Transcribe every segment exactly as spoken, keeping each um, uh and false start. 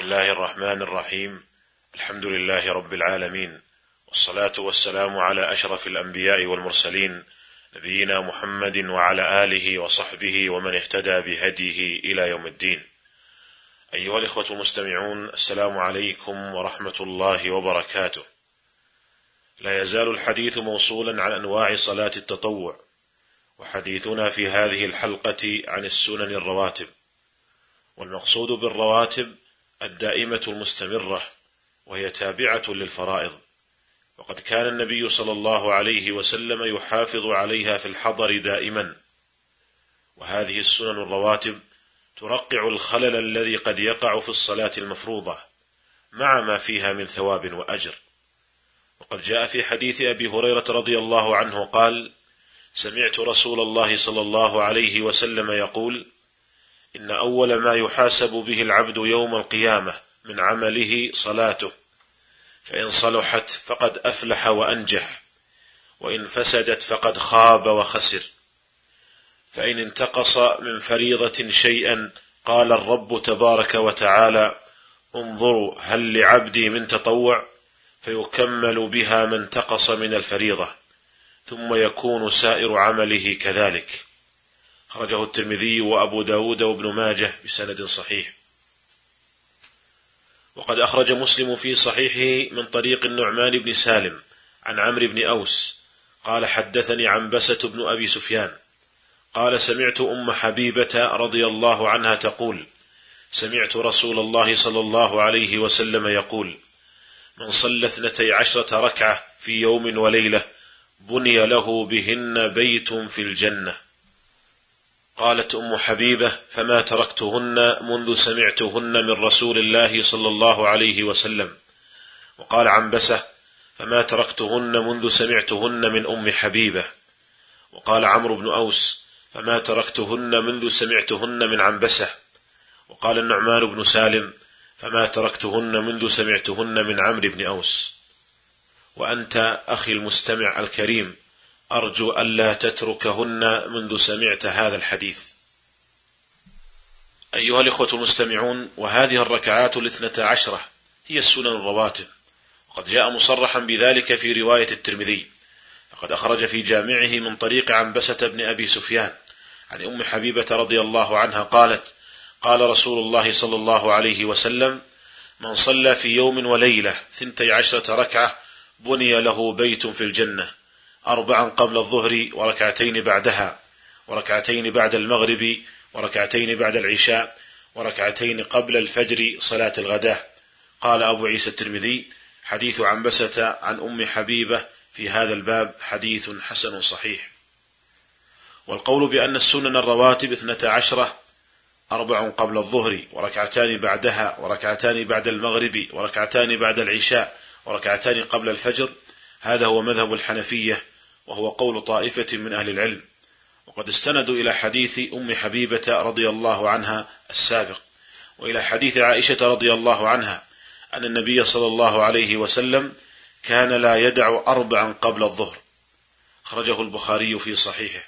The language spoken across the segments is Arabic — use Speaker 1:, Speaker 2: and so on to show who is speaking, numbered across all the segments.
Speaker 1: الله الرحمن الرحيم. الحمد لله رب العالمين، والصلاة والسلام على أشرف الأنبياء والمرسلين، نبينا محمد وعلى آله وصحبه ومن اهتدى بهديه إلى يوم الدين. أيها الإخوة المستمعون، السلام عليكم ورحمة الله وبركاته. لا يزال الحديث موصولا عن أنواع صلاة التطوع، وحديثنا في هذه الحلقة عن السنن الرواتب. والمقصود بالرواتب الدائمة المستمرة، وهي تابعة للفرائض، وقد كان النبي صلى الله عليه وسلم يحافظ عليها في الحضر دائما. وهذه السنن الرواتب ترقع الخلل الذي قد يقع في الصلاة المفروضة مع ما فيها من ثواب وأجر. وقد جاء في حديث أبي هريرة رضي الله عنه قال: سمعت رسول الله صلى الله عليه وسلم يقول: إن أول ما يحاسب به العبد يوم القيامة من عمله صلاته، فإن صلحت فقد أفلح وأنجح، وإن فسدت فقد خاب وخسر. فإن انتقص من فريضة شيئا قال الرب تبارك وتعالى: انظروا هل لعبدي من تطوع، فيكمل بها ما انتقص من الفريضة، ثم يكون سائر عمله كذلك. خرجه الترمذي وأبو داود وابن ماجه بسند صحيح. وقد أخرج مسلم في صحيحه من طريق النعمان بن سالم عن عمرو بن أوس قال: حدثني عنبسة بن أبي سفيان قال: سمعت أم حبيبة رضي الله عنها تقول: سمعت رسول الله صلى الله عليه وسلم يقول: من صلى اثنتي عشرة ركعة في يوم وليلة بني له بهن بيت في الجنة. قالت أم حبيبة: فما تركتهن منذ سمعتهن من رسول الله صلى الله عليه وسلم. وقال عنبسة: فما تركتهن منذ سمعتهن من أم حبيبة. وقال عمرو بن أوس: فما تركتهن منذ سمعتهن من عنبسة. وقال النعمان بن سالم: فما تركتهن منذ سمعتهن من عمرو بن أوس. وأنت أخي المستمع الكريم، أرجو ألا تتركهن منذ سمعت هذا الحديث. أيها الإخوة المستمعون، وهذه الركعات الاثنتا عشرة هي السنن الرواتب، وقد جاء مصرحا بذلك في رواية الترمذي، فقد أخرج في جامعه من طريق عنبسة بن أبي سفيان عن أم حبيبة رضي الله عنها قالت: قال رسول الله صلى الله عليه وسلم: من صلى في يوم وليلة ثنتي عشرة ركعة بني له بيت في الجنة، أربعا قبل الظهر وركعتين بعدها، وركعتين بعد المغرب، وركعتين بعد العشاء، وركعتين قبل الفجر صلاة الغداء. قال أبو عيسى الترمذي: حديث عنبسة عن أم حبيبة في هذا الباب حديث حسن صحيح. والقول بأن السنن الرواتب اثنتا عشرة أربع قبل الظهر، وركعتان بعدها، وركعتان بعد المغرب، وركعتان بعد العشاء، وركعتان قبل الفجر، هذا هو مذهب الحنفية، وهو قول طائفة من أهل العلم. وقد استندوا إلى حديث أم حبيبة رضي الله عنها السابق، وإلى حديث عائشة رضي الله عنها أن النبي صلى الله عليه وسلم كان لا يدع أربعا قبل الظهر. خرجه البخاري في صحيحه.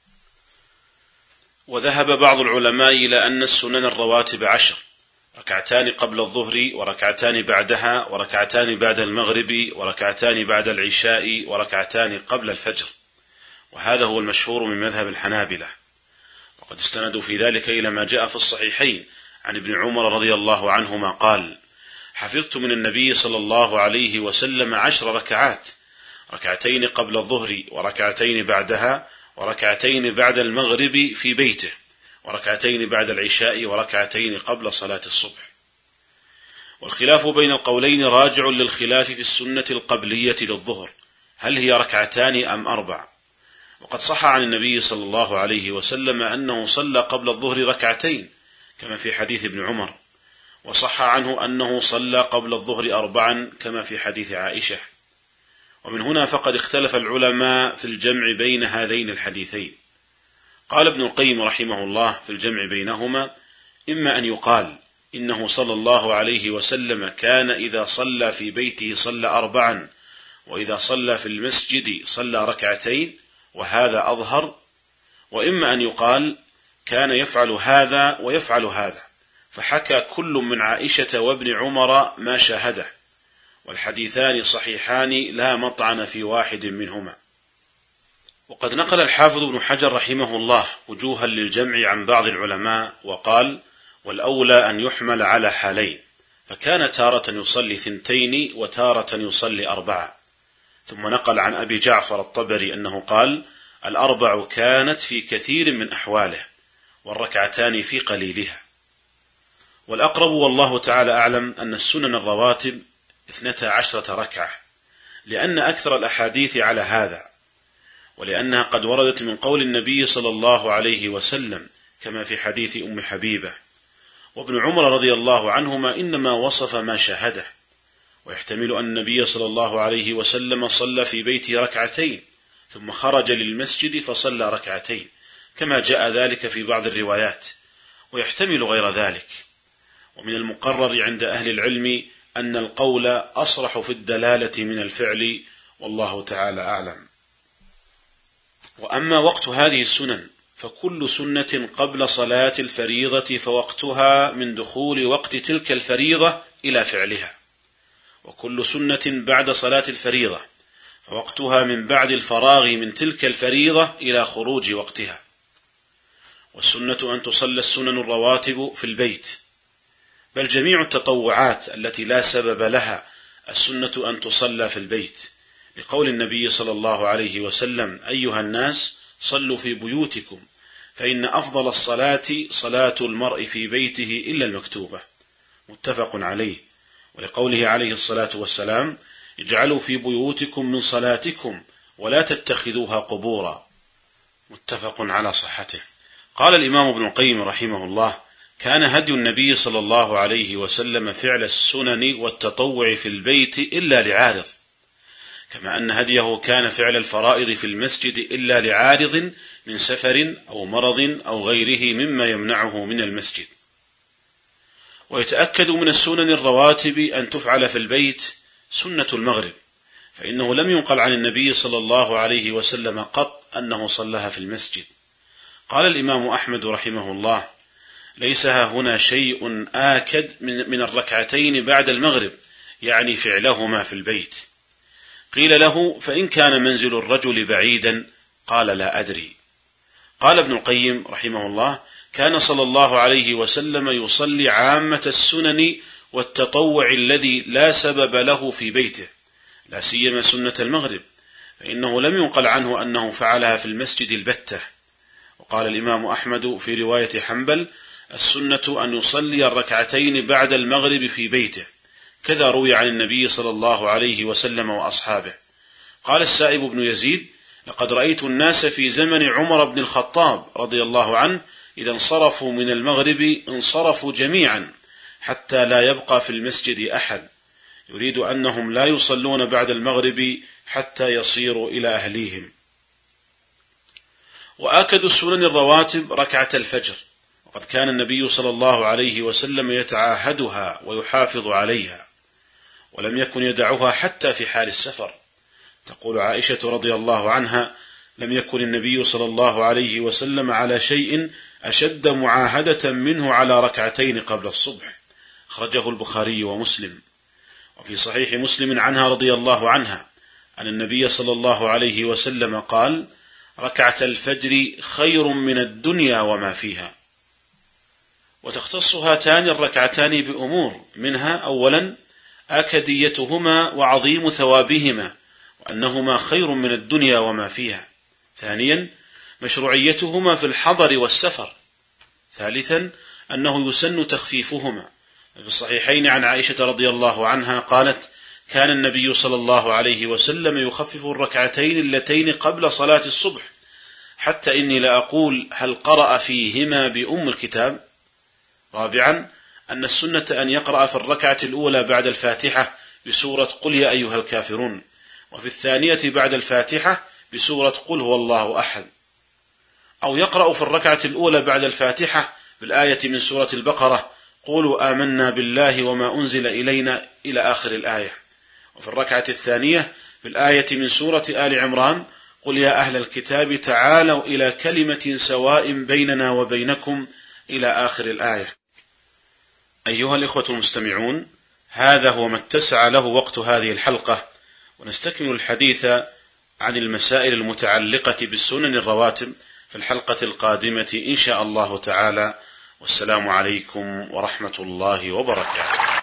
Speaker 1: وذهب بعض العلماء إلى أن السنن الرواتب عشر: ركعتان قبل الظهر، وركعتان بعدها، وركعتان بعد المغرب، وركعتان بعد العشاء، وركعتان قبل الفجر. وهذا هو المشهور من مذهب الحنابلة. وقد استندوا في ذلك إلى ما جاء في الصحيحين عن ابن عمر رضي الله عنهما قال: حفظت من النبي صلى الله عليه وسلم عشر ركعات، ركعتين قبل الظهر، وركعتين بعدها، وركعتين بعد المغرب في بيته، وركعتين بعد العشاء، وركعتين قبل صلاة الصبح. والخلاف بين القولين راجع للخلاف في السنة القبلية للظهر، هل هي ركعتان أم أربع؟ وقد صح عن النبي صلى الله عليه وسلم أنه صلى قبل الظهر ركعتين كما في حديث ابن عمر، وصح عنه أنه صلى قبل الظهر أربعا كما في حديث عائشة. ومن هنا فقد اختلف العلماء في الجمع بين هذين الحديثين. قال ابن القيم رحمه الله في الجمع بينهما: إما أن يقال إنه صلى الله عليه وسلم كان إذا صلى في بيته صلى أربعا، وإذا صلى في المسجد صلى ركعتين، وهذا أظهر. وإما أن يقال كان يفعل هذا ويفعل هذا،
Speaker 2: فحكى كل من عائشة وابن عمر ما شاهده، والحديثان صحيحان لا مطعن في واحد منهما. وقد نقل الحافظ ابن حجر رحمه الله وجوها للجمع عن بعض العلماء وقال: والأولى أن يحمل على حالين، فكان تارة يصلي ثنتين وتارة يصلي أربعة. ثم نقل عن أبي جعفر الطبري أنه قال: الأربع كانت في كثير من أحواله، والركعتان في قليلها. والأقرب والله تعالى أعلم أن السنن الرواتب اثنتا عشرة ركعة، لأن أكثر الأحاديث على هذا، ولأنها قد وردت من قول النبي صلى الله عليه وسلم كما في حديث أم حبيبة. وابن عمر رضي الله عنهما إنما وصف ما شاهده، ويحتمل أن النبي صلى الله عليه وسلم صلى في بيته ركعتين ثم خرج للمسجد فصلى ركعتين كما جاء ذلك في بعض الروايات، ويحتمل غير ذلك. ومن المقرر عند أهل العلم أن القول أصرح في الدلالة من الفعل، والله تعالى أعلم. وأما وقت هذه السنن فكل سنة قبل صلاة الفريضة فوقتها من دخول وقت تلك الفريضة إلى فعلها، وكل سنة بعد صلاة الفريضة فوقتها من بعد الفراغ من تلك الفريضة إلى خروج وقتها. والسنة أن تصلى السنن الرواتب في البيت، بل جميع التطوعات التي لا سبب لها السنة أن تصلى في البيت، لقول النبي صلى الله عليه وسلم: أيها الناس صلوا في بيوتكم فإن أفضل الصلاة صلاة المرء في بيته إلا المكتوبة، متفق عليه. ولقوله عليه الصلاة والسلام: اجعلوا في بيوتكم من صلاتكم ولا تتخذوها قبورا، متفق على صحته. قال الإمام ابن القيم رحمه الله: كان هدي النبي صلى الله عليه وسلم فعل السنن والتطوع في البيت إلا لعارض، كما أن هديه كان فعل الفرائض في المسجد إلا لعارض من سفر أو مرض أو غيره مما يمنعه من المسجد. ويتأكد من السنن الرواتب أن تفعل في البيت سنة المغرب، فإنه لم ينقل عن النبي صلى الله عليه وسلم قط أنه صلىها في المسجد. قال الإمام أحمد رحمه الله: ليس هنا شيء آكد من الركعتين بعد المغرب، يعني فعلهما في البيت. قيل له: فإن كان منزل الرجل بعيدا؟ قال: لا أدري. قال ابن القيم رحمه الله: كان صلى الله عليه وسلم يصلي عامة السنن والتطوع الذي لا سبب له في بيته، لا سيما سنة المغرب، فإنه لم ينقل عنه أنه فعلها في المسجد البتة. وقال الإمام أحمد في رواية حنبل: السنة أن يصلي الركعتين بعد المغرب في بيته، كذا روي عن النبي صلى الله عليه وسلم وأصحابه. قال السائب بن يزيد: لقد رأيت الناس في زمن عمر بن الخطاب رضي الله عنه إذا انصرفوا من المغرب انصرفوا جميعا حتى لا يبقى في المسجد أحد، يريد أنهم لا يصلون بعد المغرب حتى يصيروا إلى أهليهم. وآكد السنن الرواتب ركعة الفجر، وقد كان النبي صلى الله عليه وسلم يتعاهدها ويحافظ عليها، ولم يكن يدعها حتى في حال السفر. تقول عائشة رضي الله عنها: لم يكن النبي صلى الله عليه وسلم على شيء أشد معاهدة منه على ركعتين قبل الصبح، أخرجه البخاري ومسلم. وفي صحيح مسلم عنها رضي الله عنها أن النبي صلى الله عليه وسلم قال: ركعة الفجر خير من الدنيا وما فيها. وتختص هاتان الركعتان بأمور، منها: أولا آكديتهما وعظيم ثوابهما، وأنهما خير من الدنيا وما فيها. ثانيا مشروعيتهما في الحضر والسفر. ثالثا أنه يسن تخفيفهما. في الصحيحين عن عائشة رضي الله عنها قالت: كان النبي صلى الله عليه وسلم يخفف الركعتين اللتين قبل صلاة الصبح، حتى إني لأقول: هل قرأ فيهما بأم الكتاب؟ رابعا أن السنة أن يقرأ في الركعة الأولى بعد الفاتحة بسورة قل يا أيها الكافرون، وفي الثانية بعد الفاتحة بسورة قل هو الله أحد، أو يقرأ في الركعة الأولى بعد الفاتحة بالآية من سورة البقرة: قولوا آمنا بالله وما أنزل إلينا إلى آخر الآية، وفي الركعة الثانية بالآية من سورة آل عمران: قل يا أهل الكتاب تعالوا إلى كلمة سواء بيننا وبينكم إلى آخر الآية. أيها الإخوة المستمعون، هذا هو ما اتسع له وقت هذه الحلقة، ونستكمل الحديث عن المسائل المتعلقة بالسنن الرواتب في الحلقة القادمة إن شاء الله تعالى. والسلام عليكم ورحمة الله وبركاته.